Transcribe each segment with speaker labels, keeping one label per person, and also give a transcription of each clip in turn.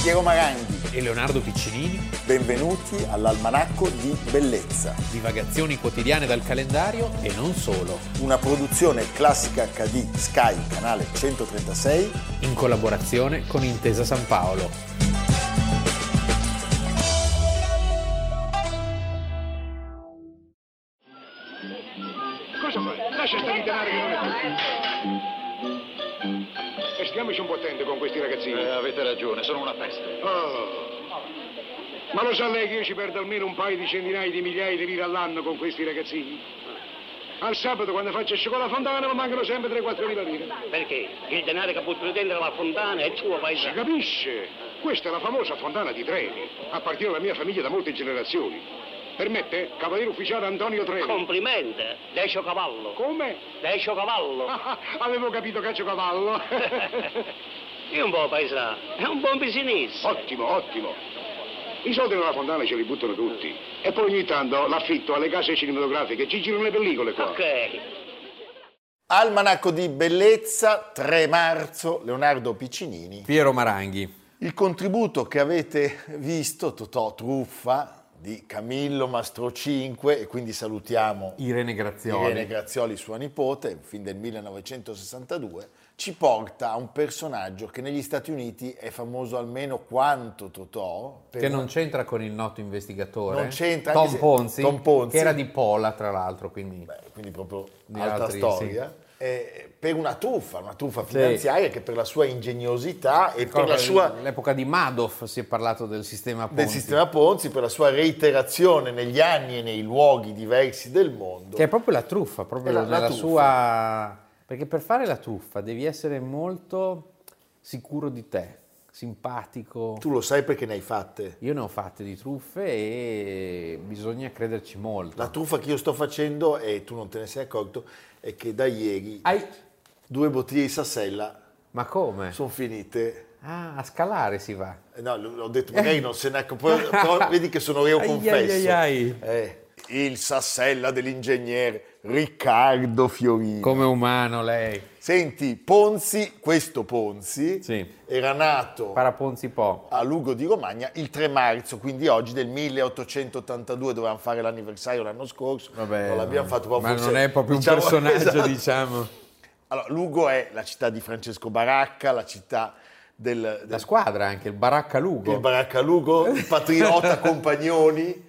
Speaker 1: Piero Maranghi
Speaker 2: e Leonardo Piccinini.
Speaker 1: Benvenuti all'Almanacco di Bellezza.
Speaker 2: Divagazioni quotidiane dal calendario e non solo.
Speaker 1: Una produzione Classica HD Sky, canale 136.
Speaker 2: In collaborazione con Intesa San Paolo.
Speaker 3: Cosa fai? Lascia stare i denari che non è. E stiamoci un po' attenti con questi ragazzini.
Speaker 4: Avete ragione, sono una peste.
Speaker 3: Oh. Ma lo sa lei che io ci perdo almeno un paio di centinaia di migliaia di lire all'anno con questi ragazzini? Al sabato, quando faccio scicola fontana, mi mancano sempre 3-4 mila lire.
Speaker 5: Perché? Il denaro che può pretendere la fontana è tuo
Speaker 3: Si
Speaker 5: paese.
Speaker 3: capisce? Questa è la famosa fontana di Trevi. Appartiene alla mia famiglia da molte generazioni. Permette? Cavaliere ufficiale Antonio Trevi.
Speaker 5: Complimenti, Decio Cavallo.
Speaker 3: Come?
Speaker 5: Decio Cavallo.
Speaker 3: Avevo capito caciocavallo.
Speaker 5: È un buon paesano, è un buon business.
Speaker 3: Ottimo, ottimo. I soldi nella fontana ce li buttano tutti. E poi ogni tanto l'affitto alle case cinematografiche, ci girano le pellicole qua.
Speaker 5: Ok.
Speaker 1: Almanacco di Bellezza, 3 marzo, Leonardo Piccinini.
Speaker 2: Piero Maranghi.
Speaker 1: Il contributo che avete visto, Totò Truffa, di Camillo Mastrocinque, e quindi salutiamo
Speaker 2: Irene
Speaker 1: Irene Grazioli, sua nipote, un film del 1962, ci porta a un personaggio che negli Stati Uniti è famoso almeno quanto Totò.
Speaker 2: Che non c'entra con il noto investigatore.
Speaker 1: Non c'entra,
Speaker 2: Tom
Speaker 1: anche se-
Speaker 2: Ponzi,
Speaker 1: Tom Ponzi.
Speaker 2: che era di Pola, tra l'altro, quindi...
Speaker 1: Quindi proprio
Speaker 2: Di
Speaker 1: altra
Speaker 2: altri,
Speaker 1: storia. Per una truffa finanziaria che per la sua ingegnosità e per la sua...
Speaker 2: L'epoca di Madoff si è parlato del sistema Ponzi.
Speaker 1: del sistema Ponzi, per la sua reiterazione negli anni e nei luoghi diversi del mondo.
Speaker 2: Che è proprio la truffa, proprio
Speaker 1: È la
Speaker 2: nella
Speaker 1: truffa.
Speaker 2: sua... Perché per fare la truffa devi essere molto sicuro di te, simpatico.
Speaker 1: Tu lo sai perché ne hai fatte.
Speaker 2: Io ne ho fatte di truffe e bisogna crederci molto.
Speaker 1: La truffa che io sto facendo, e tu non te ne sei accorto, è che da ieri
Speaker 2: Ai-
Speaker 1: 2 bottiglie di Sassella
Speaker 2: Ma come?
Speaker 1: sono finite.
Speaker 2: Ah, a scalare si va.
Speaker 1: No, ho detto magari non se ne accorge, però vedi che sono io
Speaker 2: Ai,
Speaker 1: confesso.
Speaker 2: ai, ai.
Speaker 1: Il Sassella dell'ingegnere Riccardo Fiorini.
Speaker 2: Come umano lei.
Speaker 1: Senti, Ponzi, questo Ponzi,
Speaker 2: Sì.
Speaker 1: era nato
Speaker 2: Paraponzi Po.
Speaker 1: a Lugo di Romagna il 3 marzo, quindi oggi del 1882, dovevamo fare l'anniversario l'anno scorso,
Speaker 2: Vabbè,
Speaker 1: non l'abbiamo fatto proprio.
Speaker 2: ma non è proprio un
Speaker 1: diciamo,
Speaker 2: personaggio,
Speaker 1: esatto.
Speaker 2: diciamo.
Speaker 1: Allora, Lugo è la città di Francesco Baracca, la città
Speaker 2: La squadra anche, il Baracca Lugo.
Speaker 1: il Baracca Lugo, il patriota Compagnoni,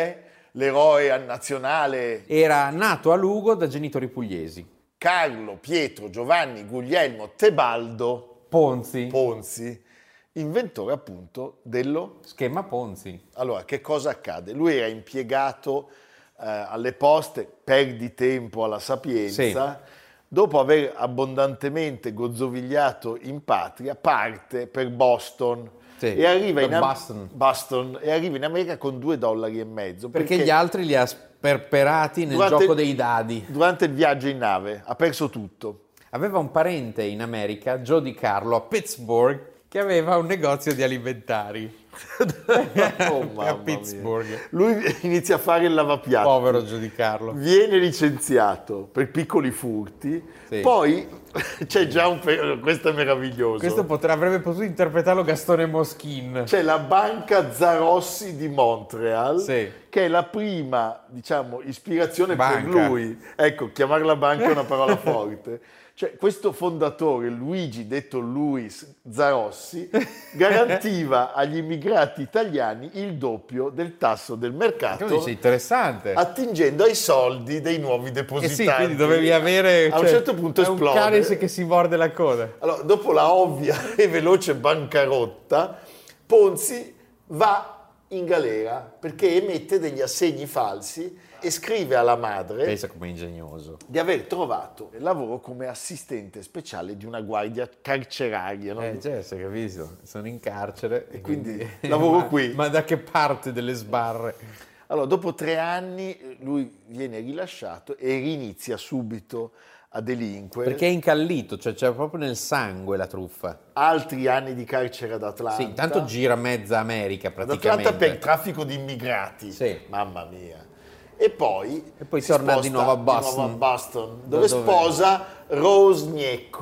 Speaker 1: l'eroe nazionale
Speaker 2: Era nato a Lugo da genitori pugliesi.
Speaker 1: Carlo, Pietro, Giovanni, Guglielmo, Tebaldo
Speaker 2: Ponzi.
Speaker 1: Ponzi, inventore appunto dello...
Speaker 2: Schema Ponzi.
Speaker 1: Allora, che cosa accade? Lui era impiegato alle poste, perdi tempo alla Sapienza, dopo aver abbondantemente gozzovigliato in patria, parte per Boston
Speaker 2: Sì,
Speaker 1: e arriva
Speaker 2: per
Speaker 1: in Boston e arriva in America con $2,50.
Speaker 2: Perché gli altri li ha sperperati nel
Speaker 1: durante-
Speaker 2: gioco dei dadi.
Speaker 1: Durante il viaggio in nave ha perso tutto.
Speaker 2: Aveva un parente in America, Joe Di Carlo, a Pittsburgh, che aveva un negozio di alimentari.
Speaker 1: Oh, mamma
Speaker 2: a
Speaker 1: mia.
Speaker 2: Pittsburgh.
Speaker 1: Lui inizia a fare il lavapiatti.
Speaker 2: Povero Joe Di Carlo.
Speaker 1: Viene licenziato per piccoli furti,
Speaker 2: Sì.
Speaker 1: poi c'è già questo è meraviglioso.
Speaker 2: Questo avrebbe potuto interpretarlo Gastone Moschin.
Speaker 1: C'è la banca Zarossi di Montreal,
Speaker 2: Sì.
Speaker 1: che è la prima, diciamo, ispirazione
Speaker 2: Banca.
Speaker 1: per lui. Ecco, chiamarla banca è una parola forte. Cioè, questo fondatore, Luigi, detto Luis Zarossi, garantiva agli immigrati italiani il doppio del tasso del mercato,
Speaker 2: Come dice, interessante.
Speaker 1: attingendo ai soldi dei nuovi depositanti.
Speaker 2: sì, quindi dovevi avere...
Speaker 1: A un certo punto
Speaker 2: è un
Speaker 1: esplode.
Speaker 2: cane che si morde la coda.
Speaker 1: Allora, dopo la ovvia e veloce bancarotta, Ponzi va in galera perché emette degli assegni falsi e scrive alla madre
Speaker 2: Pensa come ingegnoso.
Speaker 1: di aver trovato lavoro come assistente speciale di una guardia carceraria. No?
Speaker 2: Certo, capito? Sono in carcere. E
Speaker 1: quindi lavoro
Speaker 2: ma,
Speaker 1: qui.
Speaker 2: Ma da che parte delle sbarre?
Speaker 1: Allora, dopo 3 anni lui viene rilasciato e rinizia subito a delinquere.
Speaker 2: Perché è incallito, cioè c'è proprio nel sangue la truffa.
Speaker 1: Altri anni di carcere ad Atlanta.
Speaker 2: Sì, intanto gira mezza America
Speaker 1: ad
Speaker 2: praticamente.
Speaker 1: Atlanta per traffico di immigrati.
Speaker 2: Sì.
Speaker 1: Mamma mia. E poi
Speaker 2: torna di nuovo a Boston.
Speaker 1: dove sposa Rose Gnecco,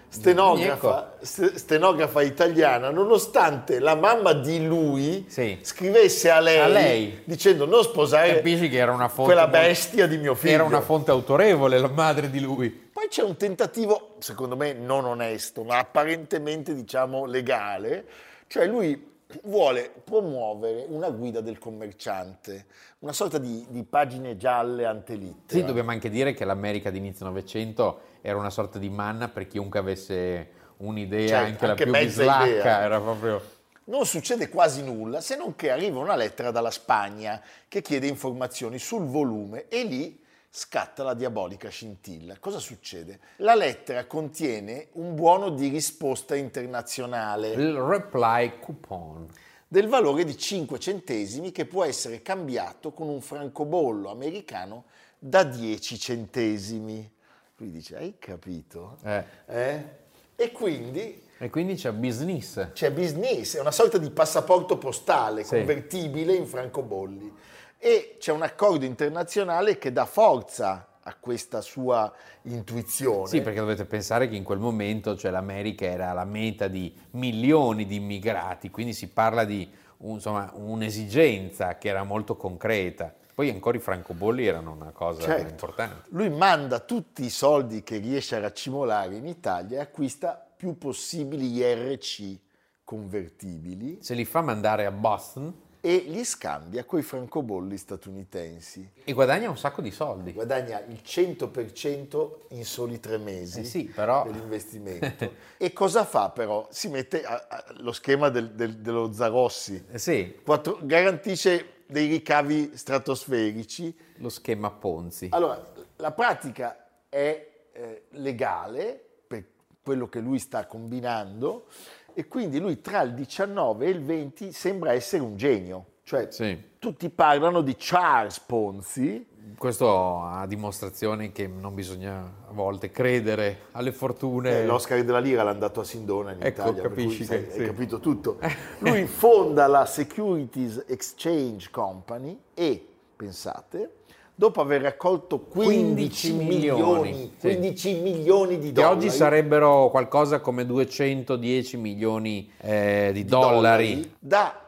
Speaker 1: stenografa italiana, nonostante la mamma di lui
Speaker 2: Sì.
Speaker 1: scrivesse a lei dicendo non sposare
Speaker 2: Capisci che era una fonte
Speaker 1: quella bestia di mio figlio.
Speaker 2: Era una fonte autorevole la madre di lui.
Speaker 1: Poi c'è un tentativo, secondo me non onesto, ma apparentemente diciamo legale, cioè lui vuole promuovere una guida del commerciante, una sorta di pagine gialle antelittera.
Speaker 2: Sì, dobbiamo anche dire che l'America di inizio Novecento era una sorta di manna per chiunque avesse un'idea,
Speaker 1: Certo,
Speaker 2: anche la
Speaker 1: anche
Speaker 2: più
Speaker 1: mezza
Speaker 2: bislacca,
Speaker 1: idea.
Speaker 2: era proprio...
Speaker 1: Non succede quasi nulla, se non che arriva una lettera dalla Spagna che chiede informazioni sul volume e lì scatta la diabolica scintilla. Cosa succede? La lettera contiene un buono di risposta internazionale
Speaker 2: Il reply coupon.
Speaker 1: del valore di 5 centesimi che può essere cambiato con un francobollo americano da 10 centesimi. Lui dice, hai capito? E quindi
Speaker 2: E quindi c'è business.
Speaker 1: c'è business, è una sorta di passaporto postale
Speaker 2: Sì.
Speaker 1: convertibile in francobolli. E c'è un accordo internazionale che dà forza a questa sua intuizione.
Speaker 2: Sì, perché dovete pensare che in quel momento, cioè, l'America era la meta di milioni di immigrati, quindi si parla di un'esigenza che era molto concreta. Poi ancora i francobolli erano una cosa
Speaker 1: Certo.
Speaker 2: importante.
Speaker 1: Lui manda tutti i soldi che riesce a raccimolare in Italia e acquista più possibili IRC convertibili
Speaker 2: Se li fa mandare a Boston
Speaker 1: e li scambia coi francobolli statunitensi.
Speaker 2: e guadagna un sacco di soldi.
Speaker 1: Guadagna il 100% in soli 3 mesi
Speaker 2: Sì, però...
Speaker 1: dell'investimento. E cosa fa però? Si mette lo schema dello Zarossi.
Speaker 2: Sì,
Speaker 1: Garantisce dei ricavi stratosferici.
Speaker 2: lo schema Ponzi.
Speaker 1: Allora, la pratica è legale per quello che lui sta combinando e quindi lui tra il 19 e il 20 sembra essere un genio. Cioè,
Speaker 2: Sì.
Speaker 1: tutti parlano di Charles Ponzi.
Speaker 2: Questo a dimostrazione che non bisogna a volte credere alle fortune.
Speaker 1: L'Oscar della Lira l'ha dato a Sindona in
Speaker 2: Ecco,
Speaker 1: Italia, per
Speaker 2: capisci
Speaker 1: cui
Speaker 2: che
Speaker 1: hai
Speaker 2: sì.
Speaker 1: capito tutto. Lui fonda la Securities Exchange Company e, pensate, dopo aver raccolto 15 milioni,
Speaker 2: sì.
Speaker 1: 15 milioni di
Speaker 2: Che
Speaker 1: dollari,
Speaker 2: oggi sarebbero qualcosa come 210 milioni di dollari.
Speaker 1: da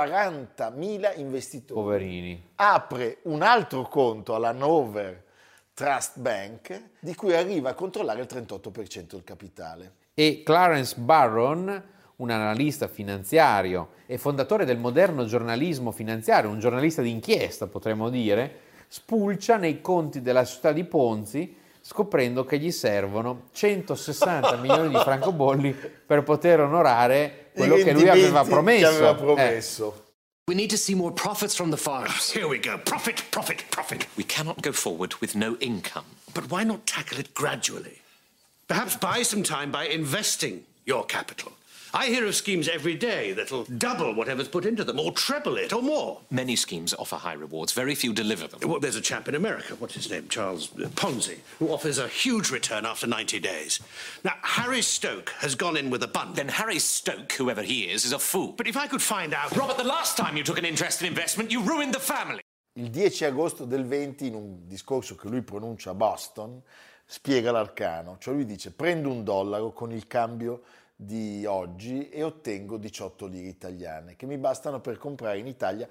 Speaker 1: 40.000 investitori.
Speaker 2: Poverini.
Speaker 1: Apre un altro conto alla Hannover Trust Bank, di cui arriva a controllare il 38% del capitale.
Speaker 2: E Clarence Barron, un analista finanziario e fondatore del moderno giornalismo finanziario, un giornalista d'inchiesta potremmo dire, spulcia nei conti della società di Ponzi scoprendo che gli servono 160 milioni di francobolli per poter onorare quello che lui aveva promesso.
Speaker 1: Che aveva promesso.
Speaker 6: We need to see more profits from the farms.
Speaker 3: Here we go. Profit, profit, profit.
Speaker 4: We cannot go forward with no income.
Speaker 3: But why not tackle it gradually? Perhaps buy some time by investing your capital. I hear of schemes every day that'll double whatever's put into them, or treble it, or more.
Speaker 4: Many schemes offer high rewards. Very few deliver them.
Speaker 3: Well, there's a chap in America, what's his name, Charles Ponzi, who offers a huge return after 90 days. Now, Harry Stoke has gone in with a bund.
Speaker 4: Then Harry Stoke, whoever he is a fool.
Speaker 3: But if I could find out...
Speaker 4: Robert, the last time you took an interest in investment, you ruined the family.
Speaker 1: Il 10 agosto del 20, in un discorso che lui pronuncia a Boston, spiega l'arcano. Cioè lui dice, prendo $1 con il cambio di oggi e ottengo 18 lire italiane, che mi bastano per comprare in Italia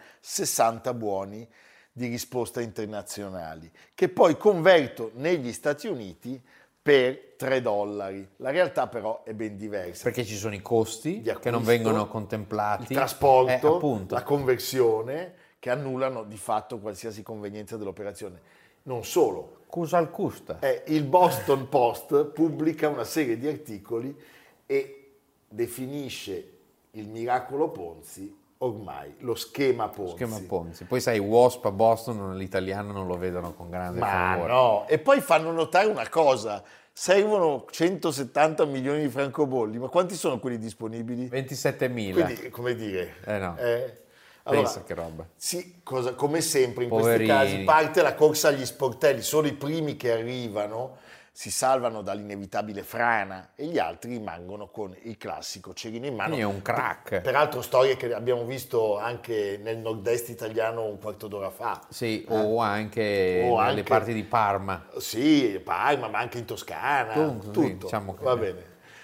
Speaker 1: 60 buoni di risposta internazionali, che poi converto negli Stati Uniti per $3. La realtà però è ben diversa.
Speaker 2: Perché ci sono i costi
Speaker 1: Di acquisto,
Speaker 2: che non vengono contemplati.
Speaker 1: il trasporto,
Speaker 2: appunto.
Speaker 1: la conversione, che annullano di fatto qualsiasi convenienza dell'operazione. Non solo,
Speaker 2: Cosa al custa?
Speaker 1: il Boston Post pubblica una serie di articoli e definisce il miracolo Ponzi ormai lo schema Ponzi.
Speaker 2: Schema Ponzi. Poi sai, Wasp a Boston l'italiano non lo vedono con grande
Speaker 1: Ma
Speaker 2: favore.
Speaker 1: no, e poi fanno notare una cosa, servono 170 milioni di francobolli, ma quanti sono quelli disponibili?
Speaker 2: 27.000.
Speaker 1: Quindi, come dire...
Speaker 2: No.
Speaker 1: Allora,
Speaker 2: Pensa che roba.
Speaker 1: sì, come sempre in
Speaker 2: Poverini.
Speaker 1: questi casi parte la corsa agli sportelli, solo i primi che arrivano si salvano dall'inevitabile frana e gli altri rimangono con il classico cerino in mano.
Speaker 2: Quindi è un crack.
Speaker 1: Peraltro storie che abbiamo visto anche nel nord-est italiano un quarto d'ora fa.
Speaker 2: Sì, o anche
Speaker 1: O
Speaker 2: nelle
Speaker 1: anche-
Speaker 2: parti di Parma.
Speaker 1: Sì, Parma, ma anche in Toscana,
Speaker 2: Sì,
Speaker 1: tutto.
Speaker 2: diciamo che-
Speaker 1: Va bene.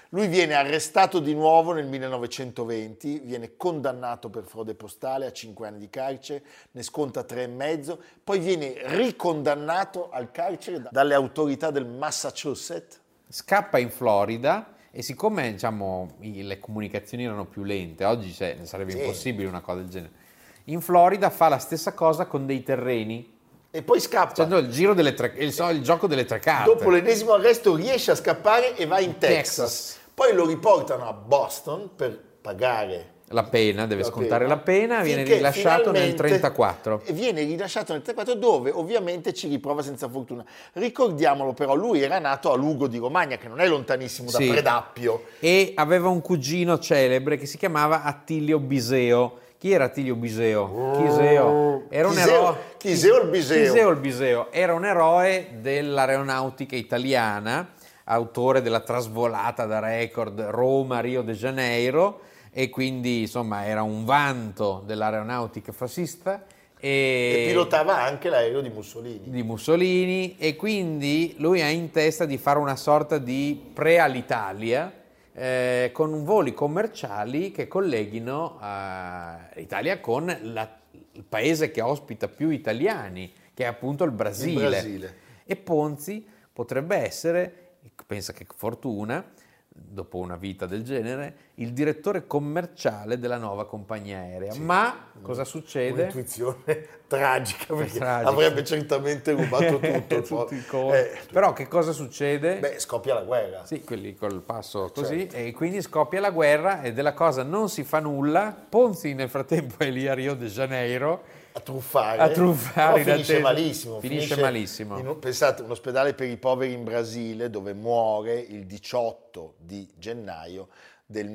Speaker 1: Lui viene arrestato di nuovo nel 1920, viene condannato per frode postale a 5 anni di carcere, ne sconta 3,5, poi viene ricondannato al carcere dalle autorità del Massachusetts.
Speaker 2: Scappa in Florida e siccome diciamo, le comunicazioni erano più lente, oggi sarebbe impossibile una cosa del genere, in Florida fa la stessa cosa con dei terreni.
Speaker 1: E poi scappa.
Speaker 2: Cioè, no, il gioco delle 3 carte.
Speaker 1: Dopo l'ennesimo arresto riesce a scappare e va in Texas. Poi lo riportano a Boston per pagare
Speaker 2: la pena, deve scontare la pena, viene rilasciato nel 1934.
Speaker 1: E viene rilasciato nel 1934 dove ovviamente ci riprova senza fortuna. Ricordiamolo però, lui era nato a Lugo di Romagna, che non è lontanissimo da Predappio.
Speaker 2: E aveva un cugino celebre che si chiamava Attilio Biseo. Chi era Attilio Biseo? Chiseo. Era un eroe.
Speaker 1: Chiseo il Biseo.
Speaker 2: Chiseo il Biseo. Era un eroe dell'aeronautica italiana, autore della trasvolata da record Roma-Rio de Janeiro, e quindi insomma era un vanto dell'aeronautica fascista.
Speaker 1: E pilotava anche l'aereo di Mussolini.
Speaker 2: E quindi lui ha in testa di fare una sorta di pre-Alitalia, con voli commerciali che colleghino l'Italia con il paese che ospita più italiani, che è appunto il Brasile. E Ponzi potrebbe essere, pensa che fortuna, dopo una vita del genere, il direttore commerciale della nuova compagnia aerea. Ma cosa succede?
Speaker 1: Un'intuizione tragica, perché avrebbe certamente rubato tutto.
Speaker 2: Però che cosa succede?
Speaker 1: Beh, scoppia la guerra.
Speaker 2: Sì, quelli col passo così, e quindi scoppia la guerra e della cosa non si fa nulla. Ponzi nel frattempo è lì a Rio de Janeiro
Speaker 1: a truffare.
Speaker 2: Però
Speaker 1: finisce malissimo.
Speaker 2: Pensate,
Speaker 1: un ospedale per i poveri in Brasile dove muore il 18 di gennaio del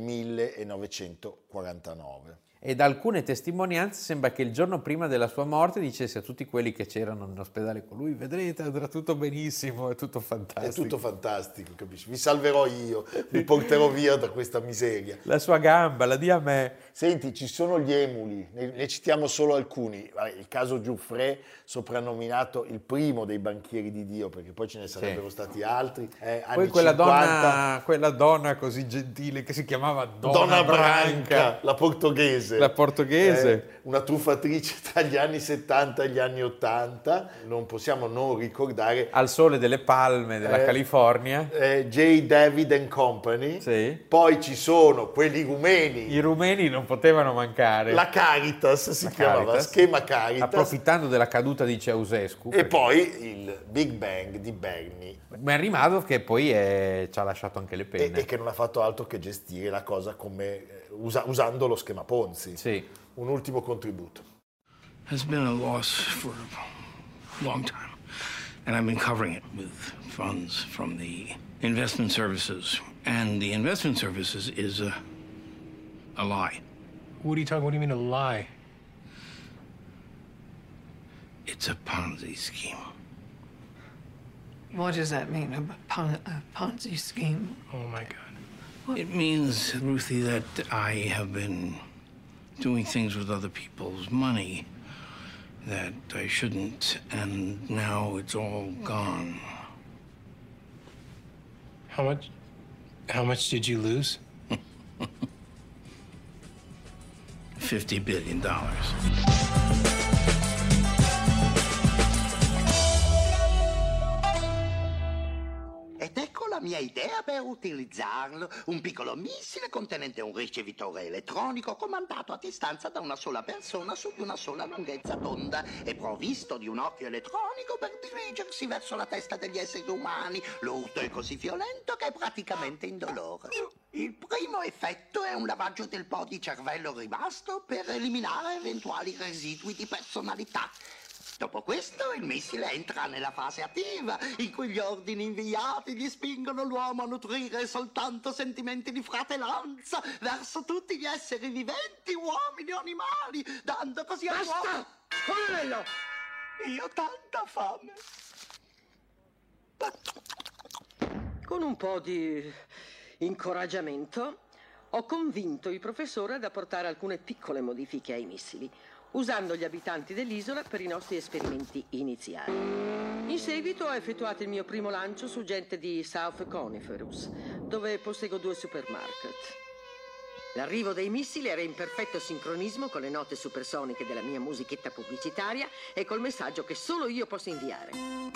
Speaker 1: 1949.
Speaker 2: E da alcune testimonianze sembra che il giorno prima della sua morte dicesse a tutti quelli che c'erano in ospedale con lui: vedrete, andrà tutto benissimo, è tutto fantastico.
Speaker 1: È tutto fantastico, capisci? Vi salverò io, vi porterò via da questa miseria.
Speaker 2: La sua gamba, la dia a me.
Speaker 1: Senti, ci sono gli emuli, ne citiamo solo alcuni. Il caso Giuffre, soprannominato il primo dei banchieri di Dio, perché poi ce ne sarebbero stati altri.
Speaker 2: Poi quella donna così gentile che si chiamava Donna Branca,
Speaker 1: la portoghese. Una truffatrice tra gli anni 70 e gli anni 80. Non possiamo non ricordare
Speaker 2: Al Sole delle Palme della California,
Speaker 1: J. David and Company.
Speaker 2: Sì.
Speaker 1: Poi ci sono quelli rumeni.
Speaker 2: I rumeni non potevano mancare.
Speaker 1: La Caritas si chiamava, schema Caritas.
Speaker 2: Approfittando della caduta di Ceausescu.
Speaker 1: E poi il Big Bang di Bernie.
Speaker 2: Henry Madoff, che poi ci ha lasciato anche le penne.
Speaker 1: E che non ha fatto altro che gestire la cosa come usando lo schema Ponzi.
Speaker 2: Sì.
Speaker 1: Un ultimo contributo.
Speaker 3: Has been a loss for a long time, and I've been covering it with funds from the investment services, and the investment services is a lie.
Speaker 7: What do you mean a lie?
Speaker 3: It's a Ponzi scheme.
Speaker 8: What does that mean, a Ponzi scheme?
Speaker 7: Oh, my God.
Speaker 3: It means, Ruthie, that I have been doing things with other people's money that I shouldn't, and now it's all gone.
Speaker 7: How much did you lose?
Speaker 3: $50 billion.
Speaker 9: Ed ecco la mia idea per utilizzarlo. Un piccolo missile contenente un ricevitore elettronico comandato a distanza da una sola persona su di una sola lunghezza d'onda e provvisto di un occhio elettronico per dirigersi verso la testa degli esseri umani. L'urto è così violento che è praticamente indolore. Il primo effetto è un lavaggio del po' di cervello rimasto per eliminare eventuali residui di personalità. Dopo questo il missile entra nella fase attiva, in cui gli ordini inviati gli spingono l'uomo a nutrire soltanto sentimenti di fratellanza verso tutti gli esseri viventi, uomini o animali, dando così a
Speaker 3: Basta! Colonnello!
Speaker 9: Io ho tanta fame.
Speaker 10: Con un po' di incoraggiamento ho convinto il professore ad apportare alcune piccole modifiche ai missili, usando gli abitanti dell'isola per i nostri esperimenti iniziali. In seguito ho effettuato il mio primo lancio su gente di South Coniferous, dove posseggo 2 supermarket. L'arrivo dei missili era in perfetto sincronismo con le note supersoniche della mia musichetta pubblicitaria e col messaggio che solo io posso inviare.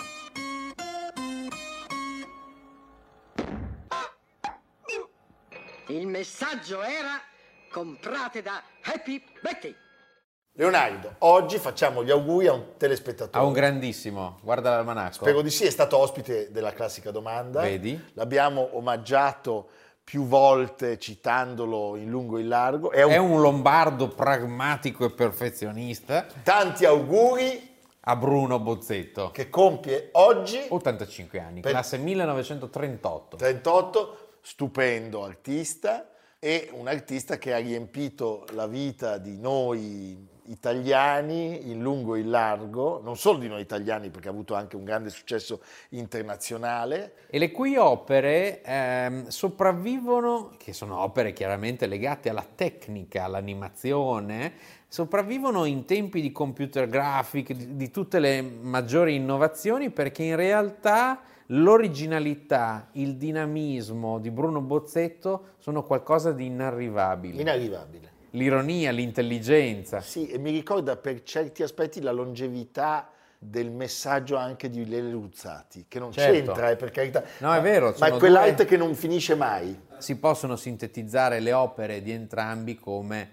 Speaker 10: Il messaggio era: comprate da Happy Betty.
Speaker 1: Leonardo, oggi facciamo gli auguri a un telespettatore.
Speaker 2: A un grandissimo, guarda l'almanacco.
Speaker 1: Spero di sì, è stato ospite della classica domanda.
Speaker 2: Vedi?
Speaker 1: L'abbiamo omaggiato più volte citandolo in lungo e in largo.
Speaker 2: È un lombardo pragmatico e perfezionista.
Speaker 1: Tanti auguri
Speaker 2: a Bruno Bozzetto,
Speaker 1: che compie oggi
Speaker 2: 85 anni, classe 1938.
Speaker 1: 38, stupendo artista, e un artista che ha riempito la vita di noi italiani in lungo e in largo, non solo di noi italiani, perché ha avuto anche un grande successo internazionale.
Speaker 2: E le cui opere sopravvivono, che sono opere chiaramente legate alla tecnica, all'animazione, sopravvivono in tempi di computer graphic, di tutte le maggiori innovazioni, perché in realtà l'originalità, il dinamismo di Bruno Bozzetto sono qualcosa di inarrivabile.
Speaker 1: Inarrivabile.
Speaker 2: L'ironia, l'intelligenza.
Speaker 1: Sì, e mi ricorda per certi aspetti la longevità del messaggio anche di Lele Luzzati, che non c'entra, per carità.
Speaker 2: No, è vero.
Speaker 1: Ma è quell'arte che non finisce mai.
Speaker 2: Si possono sintetizzare le opere di entrambi come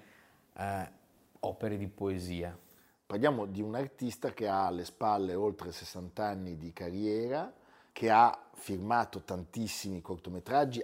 Speaker 2: opere di poesia.
Speaker 1: Parliamo di un artista che ha alle spalle oltre 60 anni di carriera, che ha firmato tantissimi cortometraggi,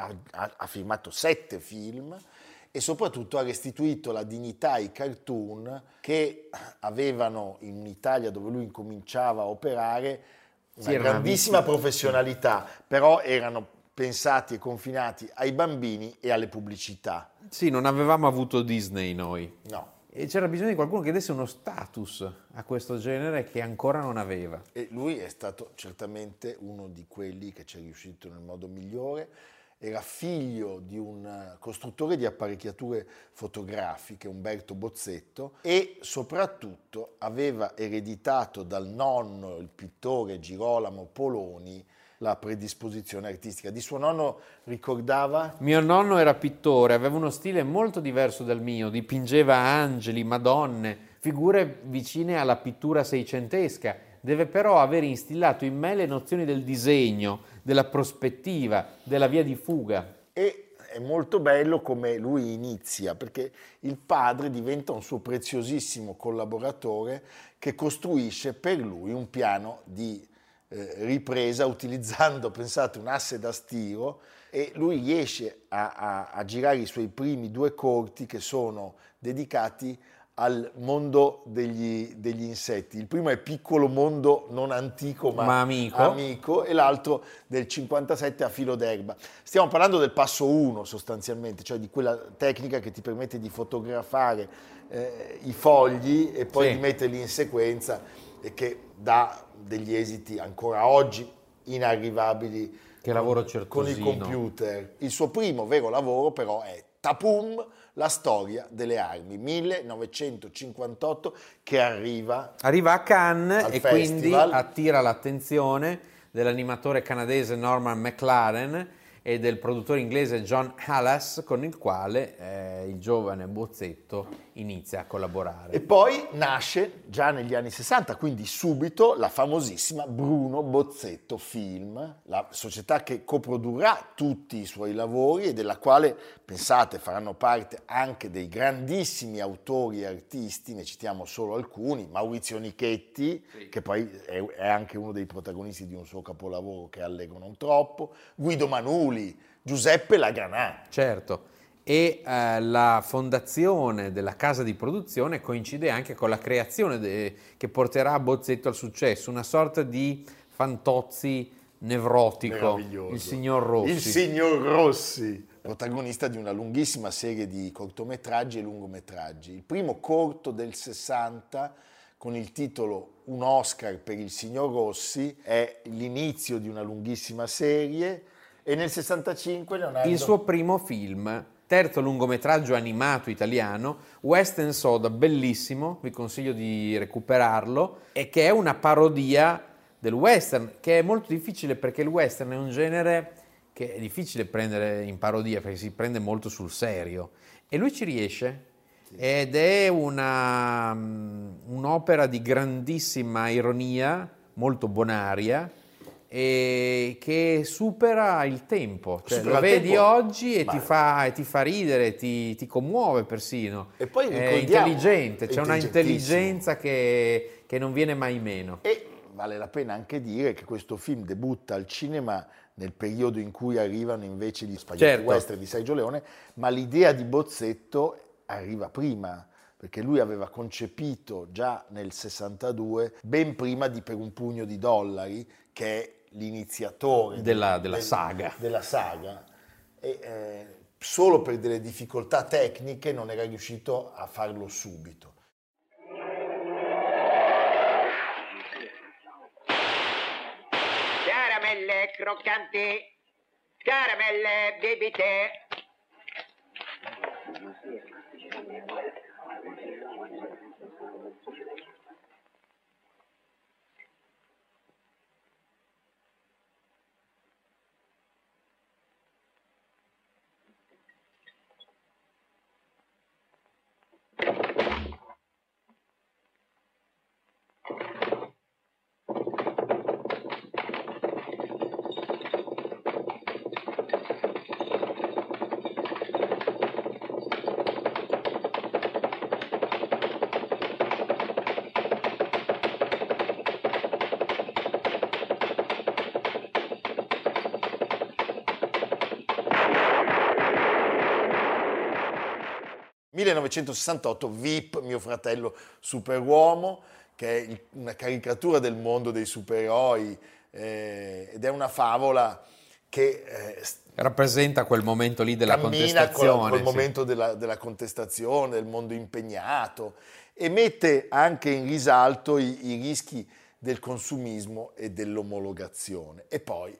Speaker 1: ha firmato 7 film e soprattutto ha restituito la dignità ai cartoon che avevano in un'Italia dove lui incominciava a operare una grandissima professionalità, però erano pensati e confinati ai bambini e alle pubblicità.
Speaker 2: Sì, non avevamo avuto Disney noi.
Speaker 1: No.
Speaker 2: E c'era bisogno di qualcuno che desse uno status a questo genere che ancora non aveva.
Speaker 1: E lui è stato certamente uno di quelli che ci è riuscito nel modo migliore. Era figlio di un costruttore di apparecchiature fotografiche, Umberto Bozzetto, e soprattutto aveva ereditato dal nonno, il pittore Girolamo Poloni, la predisposizione artistica. Di suo nonno ricordava?
Speaker 2: Mio nonno era pittore, aveva uno stile molto diverso dal mio, dipingeva angeli, madonne, figure vicine alla pittura seicentesca. Deve però aver instillato in me le nozioni del disegno, della prospettiva, della via di fuga.
Speaker 1: E è molto bello come lui inizia, perché il padre diventa un suo preziosissimo collaboratore che costruisce per lui un piano di ripresa utilizzando, pensate, un asse da stiro, e lui riesce a girare i suoi primi 2 corti che sono dedicati al mondo degli insetti. Il primo è Piccolo mondo non antico ma amico, e l'altro del 57 A filo d'erba. Stiamo parlando del passo 1 sostanzialmente, cioè di quella tecnica che ti permette di fotografare i fogli e poi di metterli in sequenza e che dà degli esiti ancora oggi inarrivabili con i computer. Il suo primo vero lavoro però è Tapum, la storia delle armi, 1958, che arriva
Speaker 2: a Cannes e
Speaker 1: festival.
Speaker 2: Quindi attira l'attenzione dell'animatore canadese Norman McLaren e del produttore inglese John Halas, con il quale il giovane Bozzetto inizia a collaborare.
Speaker 1: E poi nasce già negli anni 60, quindi subito, la famosissima Bruno Bozzetto Film, la società che coprodurrà tutti i suoi lavori e della quale, pensate, faranno parte anche dei grandissimi autori e artisti, ne citiamo solo alcuni: Maurizio Nichetti, che poi è anche uno dei protagonisti di un suo capolavoro che è Allegro non troppo, Guido Manuli, Giuseppe Lagranà.
Speaker 2: Certo. E la fondazione della casa di produzione coincide anche con la creazione che porterà Bozzetto al successo, una sorta di Fantozzi nevrotico, il signor Rossi.
Speaker 1: Il signor Rossi, protagonista di una lunghissima serie di cortometraggi e lungometraggi. Il primo corto del 60, con il titolo Un Oscar per il signor Rossi, è l'inizio di una lunghissima serie, e nel 65 Leonardo...
Speaker 2: Il suo primo film, terzo lungometraggio animato italiano, West and Soda, bellissimo, vi consiglio di recuperarlo, e che è una parodia del western, che è molto difficile perché il western è un genere che è difficile prendere in parodia perché si prende molto sul serio, e lui ci riesce, ed è un'opera di grandissima ironia, molto bonaria, e che supera il tempo, cioè,
Speaker 1: Supera
Speaker 2: lo
Speaker 1: il
Speaker 2: vedi
Speaker 1: tempo,
Speaker 2: oggi e
Speaker 1: ma-
Speaker 2: ti fa ridere, ti commuove persino.
Speaker 1: E poi
Speaker 2: è
Speaker 1: ricordiamo-
Speaker 2: intelligente, c'è una
Speaker 1: intelligentissimo.
Speaker 2: intelligenza che non viene mai meno.
Speaker 1: E vale la pena anche dire che questo film debutta al cinema nel periodo in cui arrivano invece gli spaghetti
Speaker 2: Certo.
Speaker 1: western di Sergio Leone, ma l'idea di Bozzetto arriva prima, perché lui aveva concepito già nel 62, ben prima di Per un pugno di dollari, che è l'iniziatore
Speaker 2: Della saga.
Speaker 1: della saga, e solo per delle difficoltà tecniche non era riuscito a farlo subito.
Speaker 11: Caramelle croccanti, caramelle bibite.
Speaker 1: ...1968, VIP, Mio fratello superuomo, che è una caricatura del mondo dei supereroi, ed è una favola che
Speaker 2: Rappresenta quel momento lì della
Speaker 1: cammina
Speaker 2: contestazione.
Speaker 1: quel
Speaker 2: sì.
Speaker 1: momento della contestazione, del mondo impegnato, e mette anche in risalto i rischi del consumismo e dell'omologazione. E poi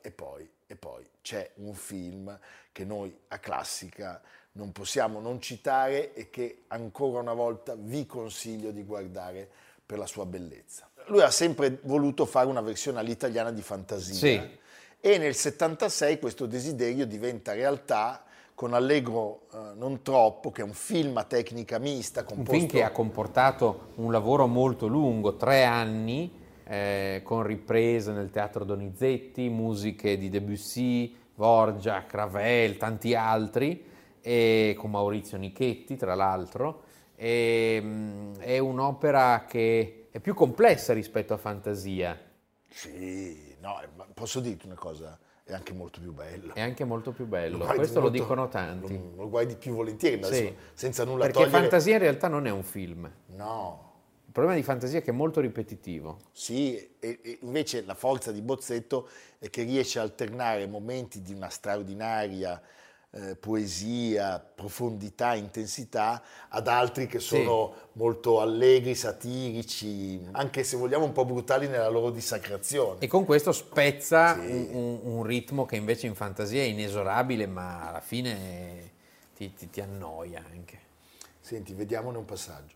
Speaker 1: c'è un film che noi a Classica non possiamo non citare e che ancora una volta vi consiglio di guardare per la sua bellezza. Lui ha sempre voluto fare una versione all'italiana di Fantasia,
Speaker 2: Sì.
Speaker 1: e nel 76 questo desiderio diventa realtà con Allegro non troppo, che è un film a tecnica mista,
Speaker 2: Un
Speaker 1: composto...
Speaker 2: film che ha comportato un lavoro molto lungo, 3 anni, con riprese nel Teatro Donizetti, musiche di Debussy, Dvorak, Ravel, tanti altri, e con Maurizio Nichetti, tra l'altro. È un'opera che è più complessa rispetto a Fantasia.
Speaker 1: Sì, no, ma posso dirti una cosa, è anche molto più bello.
Speaker 2: È anche molto più bello,
Speaker 1: guardi
Speaker 2: questo lo
Speaker 1: molto-
Speaker 2: dicono tanti.
Speaker 1: Lo guardi più volentieri, ma
Speaker 2: Sì.
Speaker 1: adesso, senza nulla
Speaker 2: Perché
Speaker 1: togliere...
Speaker 2: Fantasia in realtà non è un film.
Speaker 1: No,
Speaker 2: Il problema di Fantasia è che è molto ripetitivo.
Speaker 1: sì, e invece la forza di Bozzetto è che riesce a alternare momenti di una straordinaria poesia, profondità, intensità, ad altri che sono molto allegri, satirici, anche se vogliamo un po' brutali nella loro dissacrazione.
Speaker 2: E con questo spezza
Speaker 1: Sì.
Speaker 2: un ritmo che invece in Fantasia è inesorabile, ma alla fine ti annoia anche.
Speaker 1: Senti, vediamone un passaggio.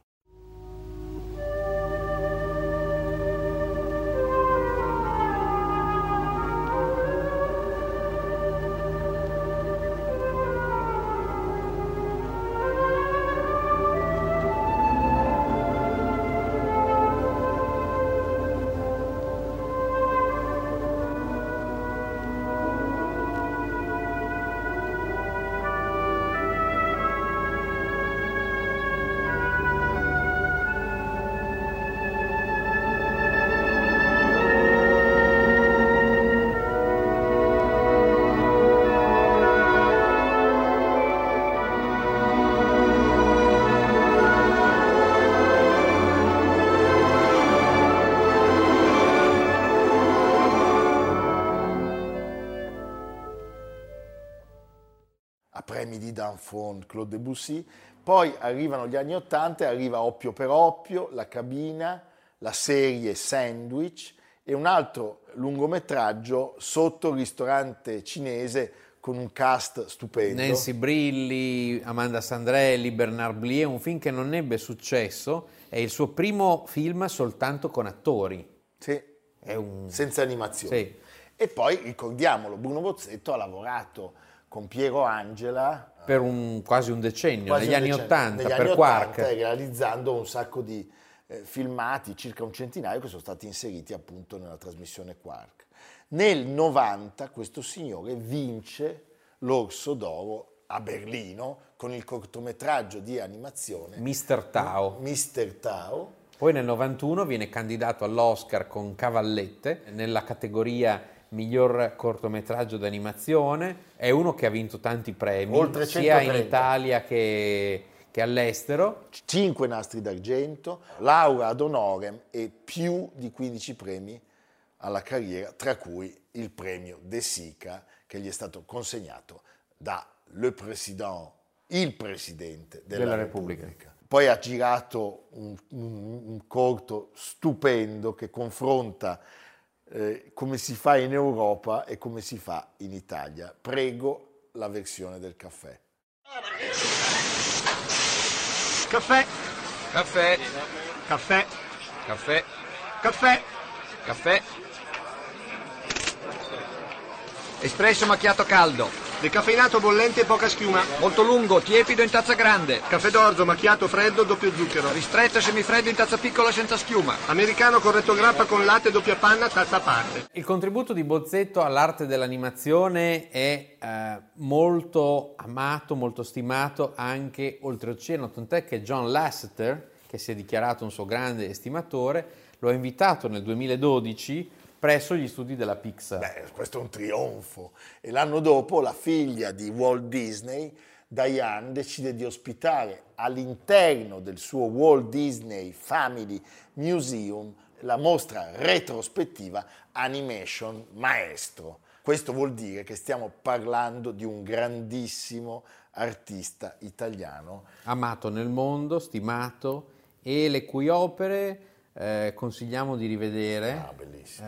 Speaker 1: A premi di Danfond, Claude Debussy, poi arrivano gli anni '80 e arriva Oppio per Oppio, La cabina, la serie Sandwich e un altro lungometraggio sotto il ristorante cinese con un cast stupendo.
Speaker 2: Nancy Brilli, Amanda Sandrelli, Bernard Blier, un film che non ebbe successo, è il suo primo film soltanto con attori.
Speaker 1: Sì,
Speaker 2: È un...
Speaker 1: senza animazione.
Speaker 2: Sì.
Speaker 1: E poi, ricordiamolo, Bruno Bozzetto ha lavorato con Piero Angela
Speaker 2: per quasi un decennio, negli anni '80, per
Speaker 1: anni
Speaker 2: Quark.
Speaker 1: 80, realizzando un sacco di filmati, circa un centinaio, che sono stati inseriti appunto nella trasmissione Quark. Nel 90 questo signore vince l'Orso d'Oro a Berlino con il cortometraggio di animazione
Speaker 2: Mr. Tao.
Speaker 1: Mr. Tao.
Speaker 2: Poi nel 91 viene candidato all'Oscar con Cavallette nella categoria miglior cortometraggio d'animazione. È uno che ha vinto tanti premi,
Speaker 1: Oltre
Speaker 2: sia
Speaker 1: 130.
Speaker 2: in Italia che all'estero.
Speaker 1: 5 nastri d'argento, laurea ad honorem e più di 15 premi alla carriera, tra cui il premio De Sica che gli è stato consegnato da il Presidente della Repubblica. Poi ha girato un corto stupendo che confronta come si fa in Europa e come si fa in Italia. Prego la versione del caffè.
Speaker 12: Caffè.
Speaker 13: Caffè.
Speaker 12: Caffè.
Speaker 13: Caffè.
Speaker 12: Caffè.
Speaker 13: Caffè. Espresso macchiato caldo.
Speaker 12: Decaffeinato bollente e poca schiuma.
Speaker 13: Molto lungo, tiepido in tazza grande.
Speaker 12: Caffè d'orzo macchiato freddo, doppio zucchero.
Speaker 13: Ristretto semifreddo in tazza piccola senza schiuma.
Speaker 12: Americano corretto grappa con latte doppia panna, tazza a parte.
Speaker 2: Il contributo di Bozzetto all'arte dell'animazione è molto amato, molto stimato anche oltreoceano, tant'è che John Lasseter, che si è dichiarato un suo grande estimatore, lo ha invitato nel 2012 presso gli studi della Pixar.
Speaker 1: Beh, questo è un trionfo. E l'anno dopo la figlia di Walt Disney, Diane, decide di ospitare all'interno del suo Walt Disney Family Museum la mostra retrospettiva Animation Maestro. Questo vuol dire che stiamo parlando di un grandissimo artista italiano.
Speaker 2: Amato nel mondo, stimato, e le cui opere consigliamo di rivedere.
Speaker 1: Ah, bellissimo.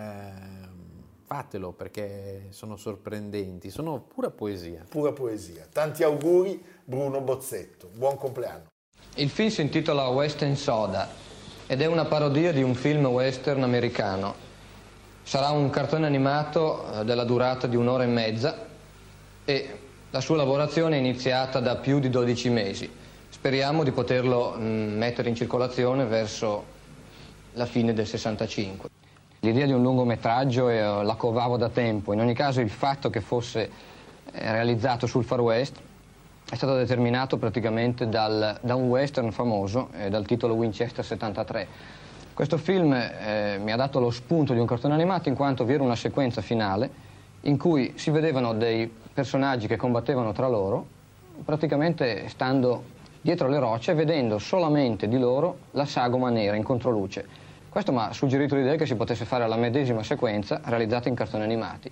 Speaker 2: Fatelo perché sono sorprendenti, sono pura poesia.
Speaker 1: Pura poesia. Tanti auguri Bruno Bozzetto, buon compleanno.
Speaker 14: Il film si intitola Western Soda ed è una parodia di un film western americano. Sarà un cartone animato della durata di 1 ora e mezza e la sua lavorazione è iniziata da più di 12 mesi. Speriamo di poterlo mettere in circolazione verso la fine del 65. L'idea di un lungometraggio la covavo da tempo. In ogni caso il fatto che fosse realizzato sul Far West è stato determinato praticamente da un western famoso dal titolo Winchester 73. Questo film mi ha dato lo spunto di un cartone animato in quanto vi era una sequenza finale in cui si vedevano dei personaggi che combattevano tra loro, praticamente stando dietro le rocce, vedendo solamente di loro la sagoma nera in controluce. Questo mi ha suggerito l'idea che si potesse fare la medesima sequenza realizzata in cartoni animati.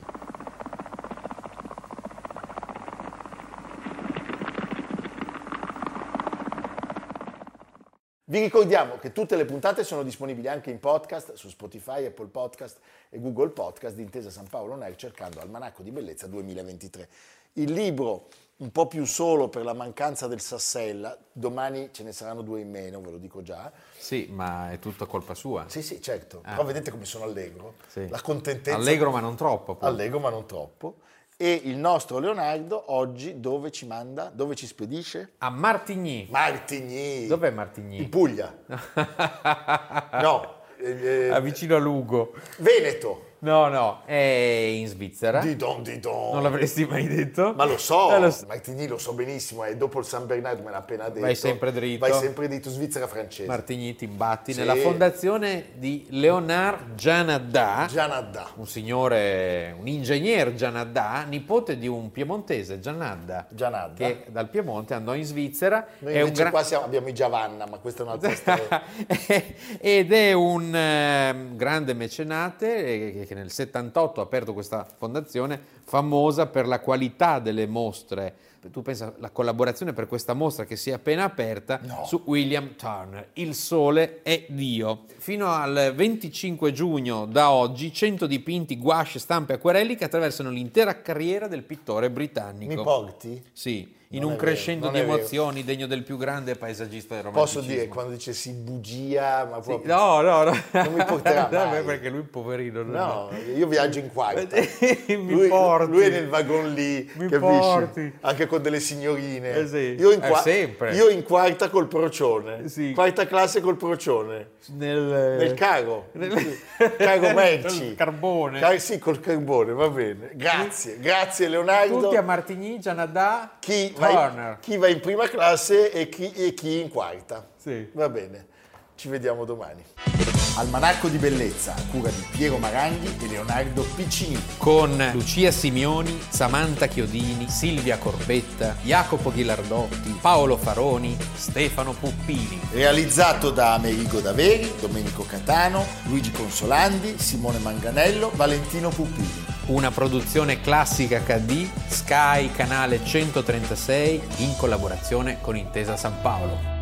Speaker 1: Vi ricordiamo che tutte le puntate sono disponibili anche in podcast su Spotify, Apple Podcast e Google Podcast di Intesa San Paolo On Air cercando Almanacco di Bellezza 2023. Il libro un po' più solo per la mancanza del Sassella, domani ce ne saranno 2 in meno, ve lo dico già.
Speaker 2: Sì, ma è tutta colpa sua.
Speaker 1: Sì, certo, però vedete come sono allegro.
Speaker 2: Sì.
Speaker 1: La contentezza.
Speaker 2: Allegro ma non troppo. Poi.
Speaker 1: Allegro ma non troppo. E il nostro Leonardo oggi dove ci manda? Dove ci spedisce?
Speaker 2: A Martigny.
Speaker 1: Martigny.
Speaker 2: Dov'è Martigny?
Speaker 1: In Puglia. No.
Speaker 2: Vicino a Lugo.
Speaker 1: Veneto.
Speaker 2: No, è in Svizzera.
Speaker 1: Didon.
Speaker 2: Non l'avresti mai detto?
Speaker 1: Ma lo so. Martigny lo so benissimo, dopo il San Bernardo me l'ha appena detto.
Speaker 2: Vai sempre dritto.
Speaker 1: Svizzera francese.
Speaker 2: Martigny ti imbatti nella fondazione di Léonard Janada.
Speaker 1: Un
Speaker 2: signore, un ingegner Janada, nipote di un piemontese, Janada. Che dal Piemonte andò in Svizzera.
Speaker 1: Noi invece qua abbiamo i Giavanna, ma questa è un'altra storia.
Speaker 2: Ed è un grande mecenate che nel 78 ha aperto questa fondazione famosa per la qualità delle mostre. Tu pensa la collaborazione per questa mostra che si è appena aperta su William Turner, Il sole è Dio. Fino al 25 giugno da oggi 100 dipinti, gouache, stampe e acquerelli che attraversano l'intera carriera del pittore britannico.
Speaker 1: Mi porti?
Speaker 2: Sì, in
Speaker 1: Non
Speaker 2: un
Speaker 1: è
Speaker 2: crescendo
Speaker 1: vero,
Speaker 2: di
Speaker 1: non è
Speaker 2: emozioni degno del più grande paesaggista del
Speaker 1: Posso
Speaker 2: romanticismo.
Speaker 1: dire, quando dicessi bugia, ma proprio...
Speaker 2: No.
Speaker 1: Non mi porterà mai.
Speaker 2: Perché lui poverino.
Speaker 1: No, io viaggio in quarta.
Speaker 2: porti.
Speaker 1: Lui è nel wagon lì, capisci?
Speaker 2: Porti.
Speaker 1: Anche con delle signorine.
Speaker 2: Sì. Sempre.
Speaker 1: Io in quarta col procione.
Speaker 2: Sì.
Speaker 1: Quarta classe col procione.
Speaker 2: Nel
Speaker 1: cargo. Cargo merci.
Speaker 2: Nel carbone.
Speaker 1: Sì, col carbone, va bene. Grazie Leonardo.
Speaker 2: Tutti a Martigny, Gianadà,
Speaker 1: Turner. Chi va in prima classe e chi in quarta.
Speaker 2: Sì.
Speaker 1: Va bene. Ci vediamo domani. Almanacco di bellezza a cura di Piero Maranghi e Leonardo Piccini.
Speaker 2: Con Lucia Simioni, Samantha Chiodini, Silvia Corbetta, Jacopo Ghilardotti, Paolo Faroni, Stefano Puppini.
Speaker 1: Realizzato da Amerigo Daveri, Domenico Catano, Luigi Consolandi, Simone Manganello, Valentino Puppini.
Speaker 2: Una produzione Classica HD, Sky, canale 136, in collaborazione con Intesa San Paolo.